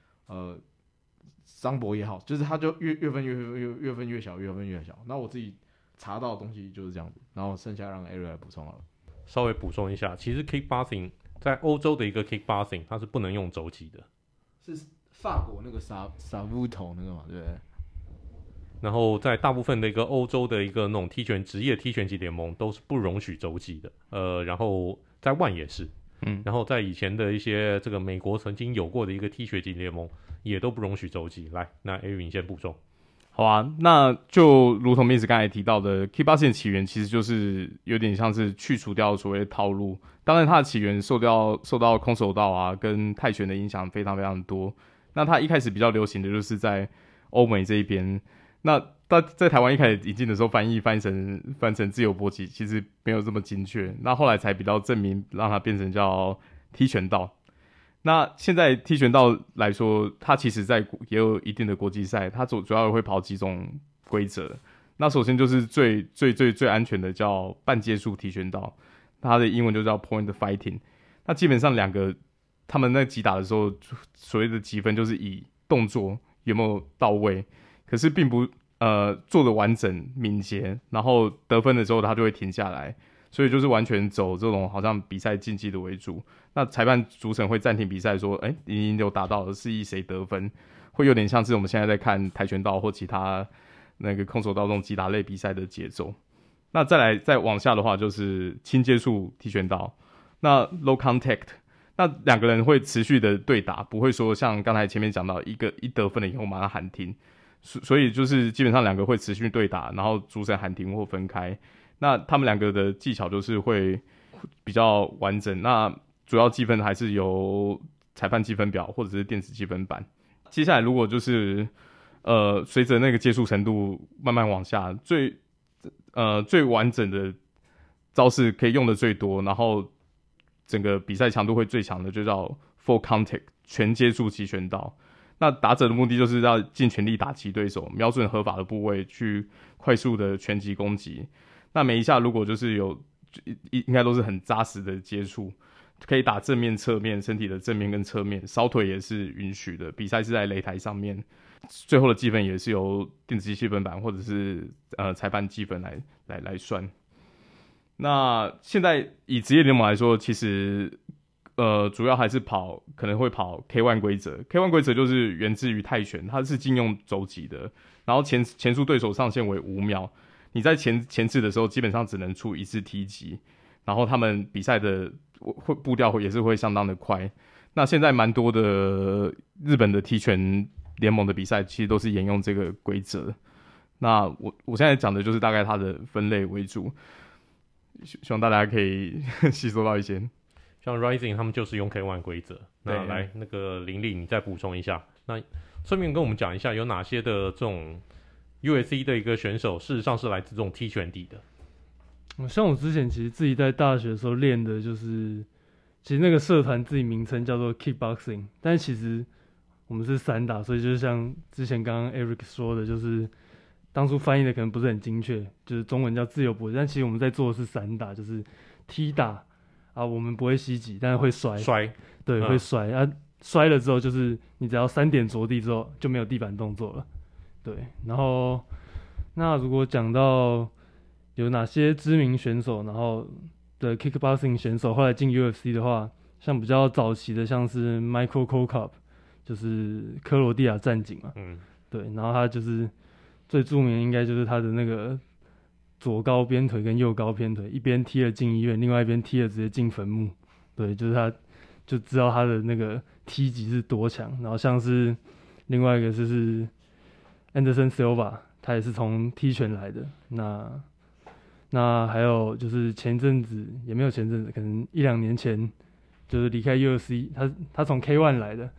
桑博也好，就是它就越分越小，越分越小。那我自己查到的东西就是这样子，然后剩下让 Eric 来补充好了。 稍微补充一下，其实 kickboxing 在欧洲的一个 kickboxing 它是不能用肘击的， 是法国那个Savuto 那个嘛，对不对？ 然后在大部分的一个欧洲的一个那种职业踢拳级联盟都是不容许肘击的，然后在万也是，然后在以前的一些这个美国曾经有过的一个踢拳级联盟也都不容许肘击。来，那 Eric 你先补充。 好啊，那就如同 Miss 刚才提到的 ，kickboxing 的起源其实就是有点像是去除掉所谓的套路。当然，它的起源受到空手道啊跟泰拳的影响非常非常多。那它一开始比较流行的就是在欧美这一边。那在台湾一开始引进的时候，翻成自由搏击，其实没有这么精确。那后来才比较证明，让它变成叫踢拳道。那现在踢拳道来说，它其实也有一定的国际赛，它主要会跑几种规则。那首先就是最安全的叫半接触踢拳道，它的英文就叫 point fighting。那基本上他们在击打的时候，所谓的积分就是以动作有没有到位。可是并不做的完整敏捷，然后得分的时候他就会停下来，所以就是完全走这种好像比赛竞技的为主。那裁判主审会暂停比赛说，已经有达到了，示意谁得分，会有点像是我们现在在看跆拳道或其他那个空手道这种击打类比赛的节奏。那再往下的话就是轻接触踢拳道，那 low contact。那两个人会持续的对打，不会说像刚才前面讲到一得分了以后马上喊停。所以就是基本上两个会持续对打，然后主审喊停或分开。那他们两个的技巧就是会比较完整。那主要计分还是由裁判计分表或者是电子计分板。接下来如果就是随着那个接触程度慢慢往下，最完整的招式可以用的最多，然后整个比赛强度会最强的就叫 full contact 全接触击拳道。那打者的目的就是要尽全力打击对手，瞄准合法的部位去快速的拳击攻击。那每一下如果就是应该都是很扎实的接触，可以打正面、侧面，身体的正面跟侧面，烧腿也是允许的。比赛是在擂台上面，最后的计分也是由电子计分板或者是裁判计分来算。那现在以职业联盟来说，其实主要还是可能会跑 K1 规则。K1 规则就是源自于泰拳，它是禁用肘击的。然后前速对手上限为5秒，你在前次的时候基本上只能出一次踢击。然后他们比赛的步调也是会相当的快。那现在蛮多的日本的踢拳联盟的比赛其实都是沿用这个规则。那我现在讲的就是大概它的分类为主，希望大家可以吸收到一些。 像 Rising 他们就是用 K1 规则。那来那个林立你再补充一下，那顺便跟我们讲一下有哪些的这种 UFC 的一个选手事实上是来自这种踢拳底的。 像我之前其实自己在大学的时候练的就是，其实那个社团自己名称叫做 Kickboxing， 但其实我们是散打，所以就像之前刚刚 Eric 说的，就是当初翻译的可能不是很精确，就是中文叫自由搏击，但其实我们在做的是散打，就是踢打。我们不会吸击，但是会摔，对，会摔。摔了之后，就是你只要3点着地之后，就没有地板动作了。对，然后那如果讲到有哪些知名选手，然后的 kickboxing 选手后来进 UFC 的话，像比较早期的，像是 Michael Kokop， 就是科罗蒂亚战警嘛，对，然后他就是最著名的应该就是他的那个左高边腿跟右高边腿，一边踢了进医院，另外一边踢了直接进坟墓。对，就是他就知道他的那个踢击是多强。然后像是另外一个就是 Anderson Silva， 他也是从踢拳来的。那还有就是前阵子也没有前阵子，可能1-2年前就是离开 UFC， 他从 K1 来的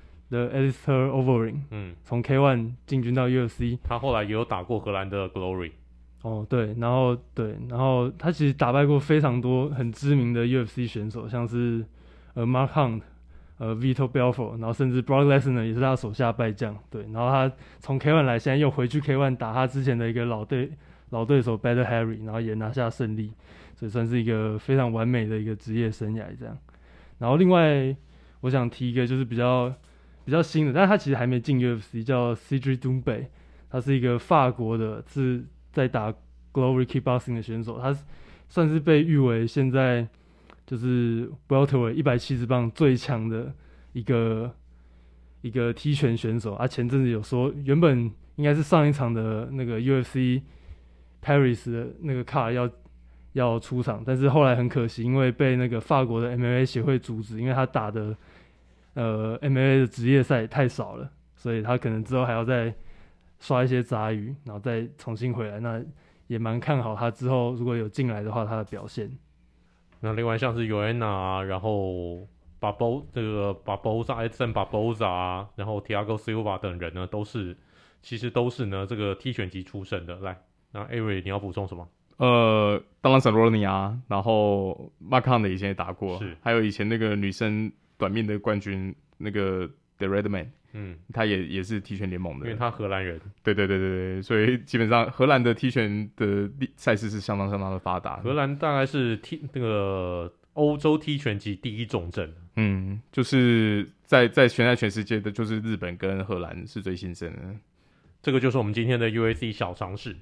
Alistair Overeem，从 K1 进军到 UFC， 他后来也有打过荷兰的 Glory。 哦，对，然后他其实打败过非常多很知名的 UFC 选手，像是Mark Hunt、Vitor Belfort，然后甚至 Brock Lesnar 也是他手下败将。对，然后他从 K1 来，现在又回去 K1 打他之前的一个老对手 Better Harry， 然后也拿下胜利，所以算是一个非常完美的一个职业生涯这样。然后另外我想提一个就是比较新的，但是他其实还没进 UFC， 叫 Cedric Doumbé， 他是一个法国的，是在打 Glory Kickboxing 的选手，他算是被誉为现在就是 Welterweight 170磅最强的一个踢拳选手啊。前阵子有说原本应该是上一场的那个 UFC Paris 的那个卡要出场，但是后来很可惜，因为被那个法国的 MMA 协会阻止，因为他打的MMA 的职业赛太少了，所以他可能之后还要再刷一些杂鱼，然后再重新回来。那也蛮看好他之后如果有进来的话，他的表现。 那另外像是 Joanna 啊，然后Edson Barboza 啊，然后 Thiago Silva 等人呢，其实都是呢这个踢拳级出身的。来，那 Avery 你要补充什么？ 当然 Cerrone 啊，然后 Mark Hunt 以前也打过， 是， 还有以前那个女生短命的冠军那个 The Redman， 他也是踢拳联盟的， 因为他荷兰人。 对，所以基本上荷兰的踢拳的赛事是相当的发达。 荷兰大概是那个欧洲踢拳级第一重镇。 就是在全世界的，就是日本跟荷兰是最兴盛的。 这个就是我们今天的 UAC 小常识。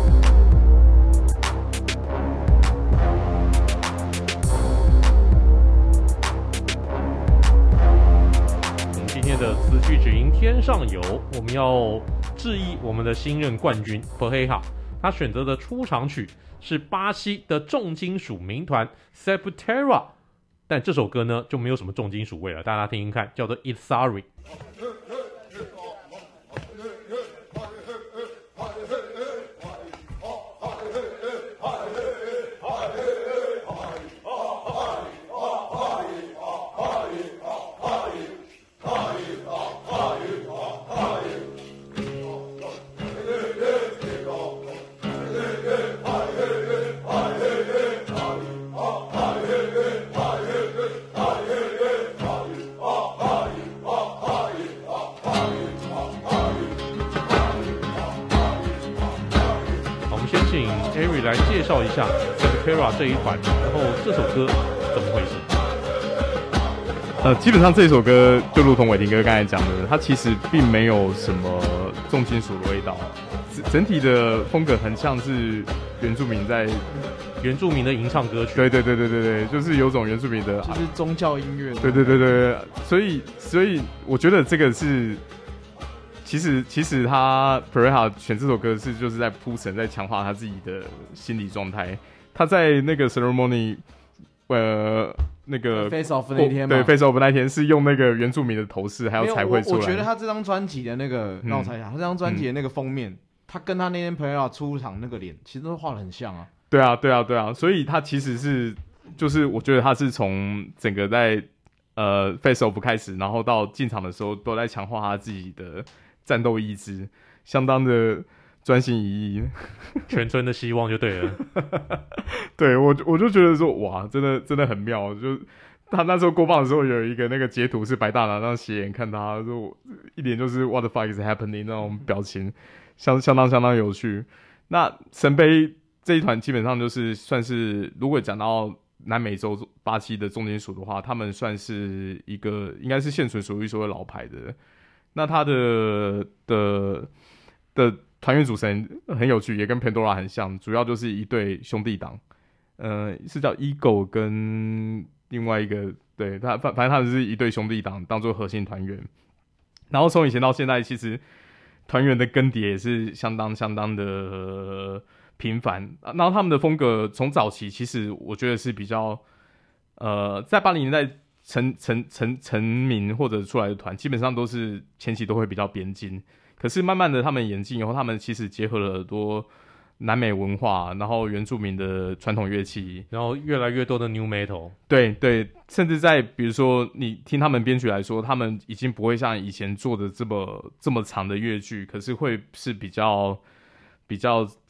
今天的词句只应天上有，我们要致意我们的新任冠军 Pereira， 他选择的出场曲是巴西的重金属民团 Sepultura， 但这首歌呢就没有什么重金属味了，大家听听看，叫做 It's Sorry。Avery 来介绍一下 Sepultura 这一团，然后这首歌怎么回事？ 基本上这首歌就如同伟霆哥刚才讲的，它其实并没有什么重金属的味道，整体的风格很像是原住民的吟唱歌曲。 对，就是有种原住民的， 就是宗教音乐。 对，所以我觉得这个是。其实他 Pereira 选这首歌就是在铺陈，在强化他自己的心理状态。他在那个 ceremony， 那个 Face Off 那天嘛， 对 Face Off 那天是用那个原住民的头饰还有彩绘出来。 我觉得他这张专辑的那个，让我猜一下，他这张专辑的那个封面，他跟他那天 Pereira 出场那个脸，其实都画得很像啊。 对啊，所以他其实是就是我觉得他是从整个在Face Off 开始，然后到进场的时候都在强化他自己的战斗意志，相当的专心一意， 全村的希望就对了。 对，我就觉得说，哇，真的很妙。就他那时候过磅的时候，有一个那个截图是白大拿让斜眼看他，说一脸就是 What the fuck is happening 那种表情，相当有趣。那神杯这一团基本上就是算是，如果讲到南美洲巴西的重金属的话，他们算是一个应该是现存属于所谓老牌的。那他的团员组成很有趣，也跟 Pandora 很像，主要就是一对兄弟党，是叫 Ego 跟另外一个，对，反正他们是一对兄弟党当做核心团员。然后从以前到现在，其实团员的更迭也是相当的频繁。然后他们的风格从早期其实我觉得是比较，在80年代成名或者出来的团，基本上都是前期都会比较边境。可是慢慢的他们演进以后，他们其实结合了很多南美文化，然后原住民的传统乐器， 然后越来越多的 New Metal。 对，甚至在比如说你听他们编曲来说，他们已经不会像以前做的这么长的乐句，可是会是比较在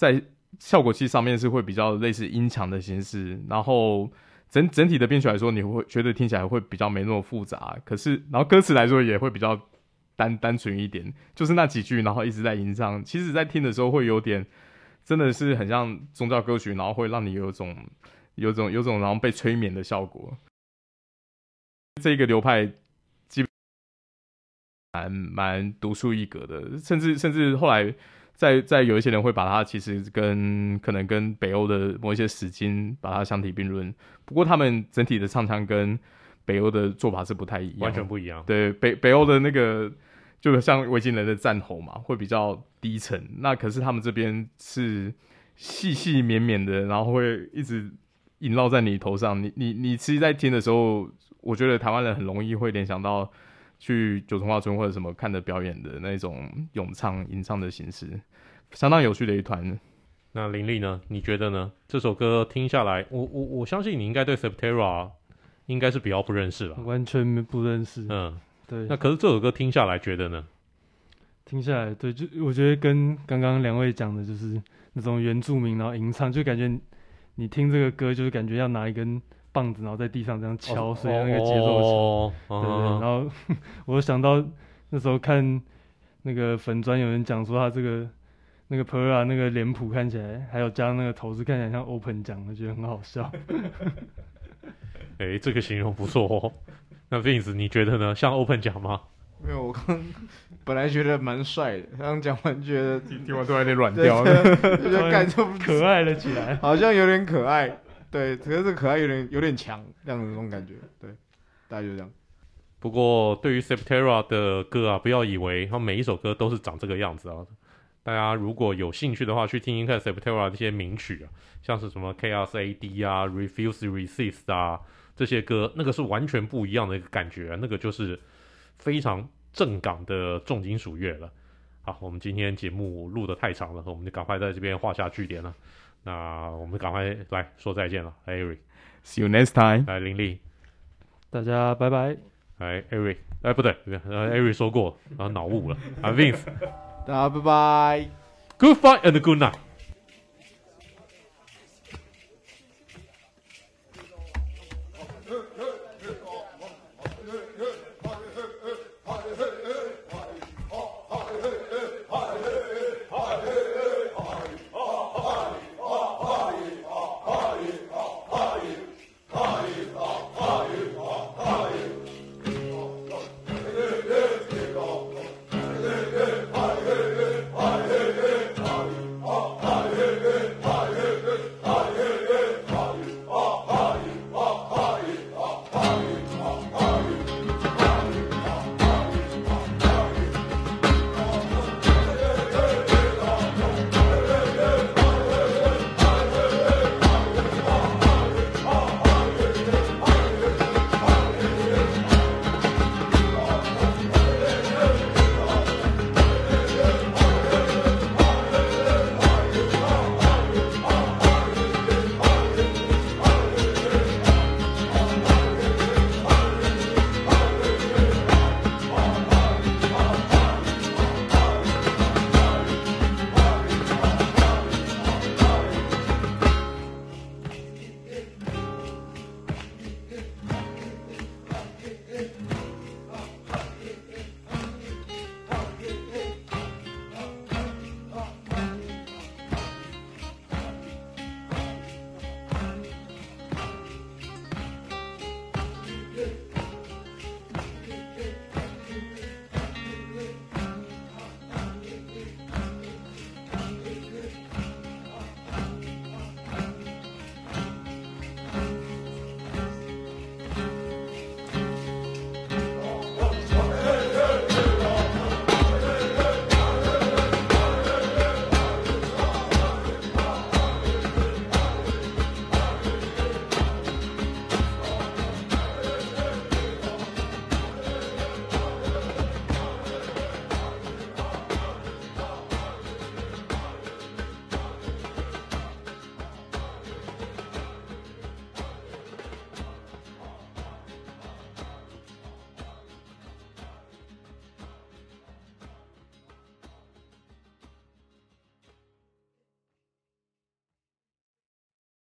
效果器上面是会比较类似音墙的形式，然后整体的编曲来说，你会觉得听起来会比较没那么复杂，可是然后歌词来说也会比较单纯一点，就是那几句，然后一直在吟唱，其实在听的时候会有点真的是很像宗教歌曲，然后会让你有种然后被催眠的效果。这个流派基本蛮独树一格的，甚至后来在有一些人会把它其实可能跟北欧的某一些史经把它相提并论，不过他们整体的唱腔跟北欧的做法是不太一样， 完全不一样。 对，北欧的那个就像维京人的战吼嘛，会比较低沉，那可是他们这边是细细绵绵的，然后会一直萦绕在你头上。你其实在听的时候，我觉得台湾人很容易会联想到去九重花村或者什么看的表演的那种咏唱吟唱的形式，相当有趣的一团。 那林立呢？你觉得呢？这首歌听下来，我相信你应该对 Septerra 应该是比较不认识吧？ 完全不认识。对。 那可是这首歌听下来觉得呢？ 听下来，对，就我觉得跟刚刚两位讲的，就是那种原住民然后吟唱，就感觉你听这个歌，就是感觉要拿一根棒子，然后在地上这样敲，所以那个节奏敲。对。然后我想到那时候看那个粉专有人讲说他这个那个 Pereira 那个脸谱看起来，还有加上那个头饰看起来像 Open 讲的，觉得很好笑。 这个形容不错哦。那 Vince 你觉得呢？像 Open 讲吗？ 没有，我刚本来觉得蛮帅的，刚讲完觉得听完突然有点软掉了，就觉得感受可爱了起来， 好像有点可爱。对，可是这可爱有点强，这样的那种感觉。对，大概就这样。 不过对于 Septerra 的歌啊，不要以为他每一首歌都是长这个样子啊。大家如果有兴趣的话，去听听看 Septerra 这些名曲啊，像是什么 Chaos AD 啊、Refuse Resist 啊这些歌，那个是完全不一样的一个感觉啊，那个就是非常正港的重金属乐了。好，我们今天节目录得太长了，我们就赶快在这边画下句点了。那我们赶快来说再见了。 Eric，See you next time。 来，林立， 大家拜拜。 来 ，Eric，不对，Eric 说过，然后脑雾了。Vince， 大家拜拜。 Good fight and good night。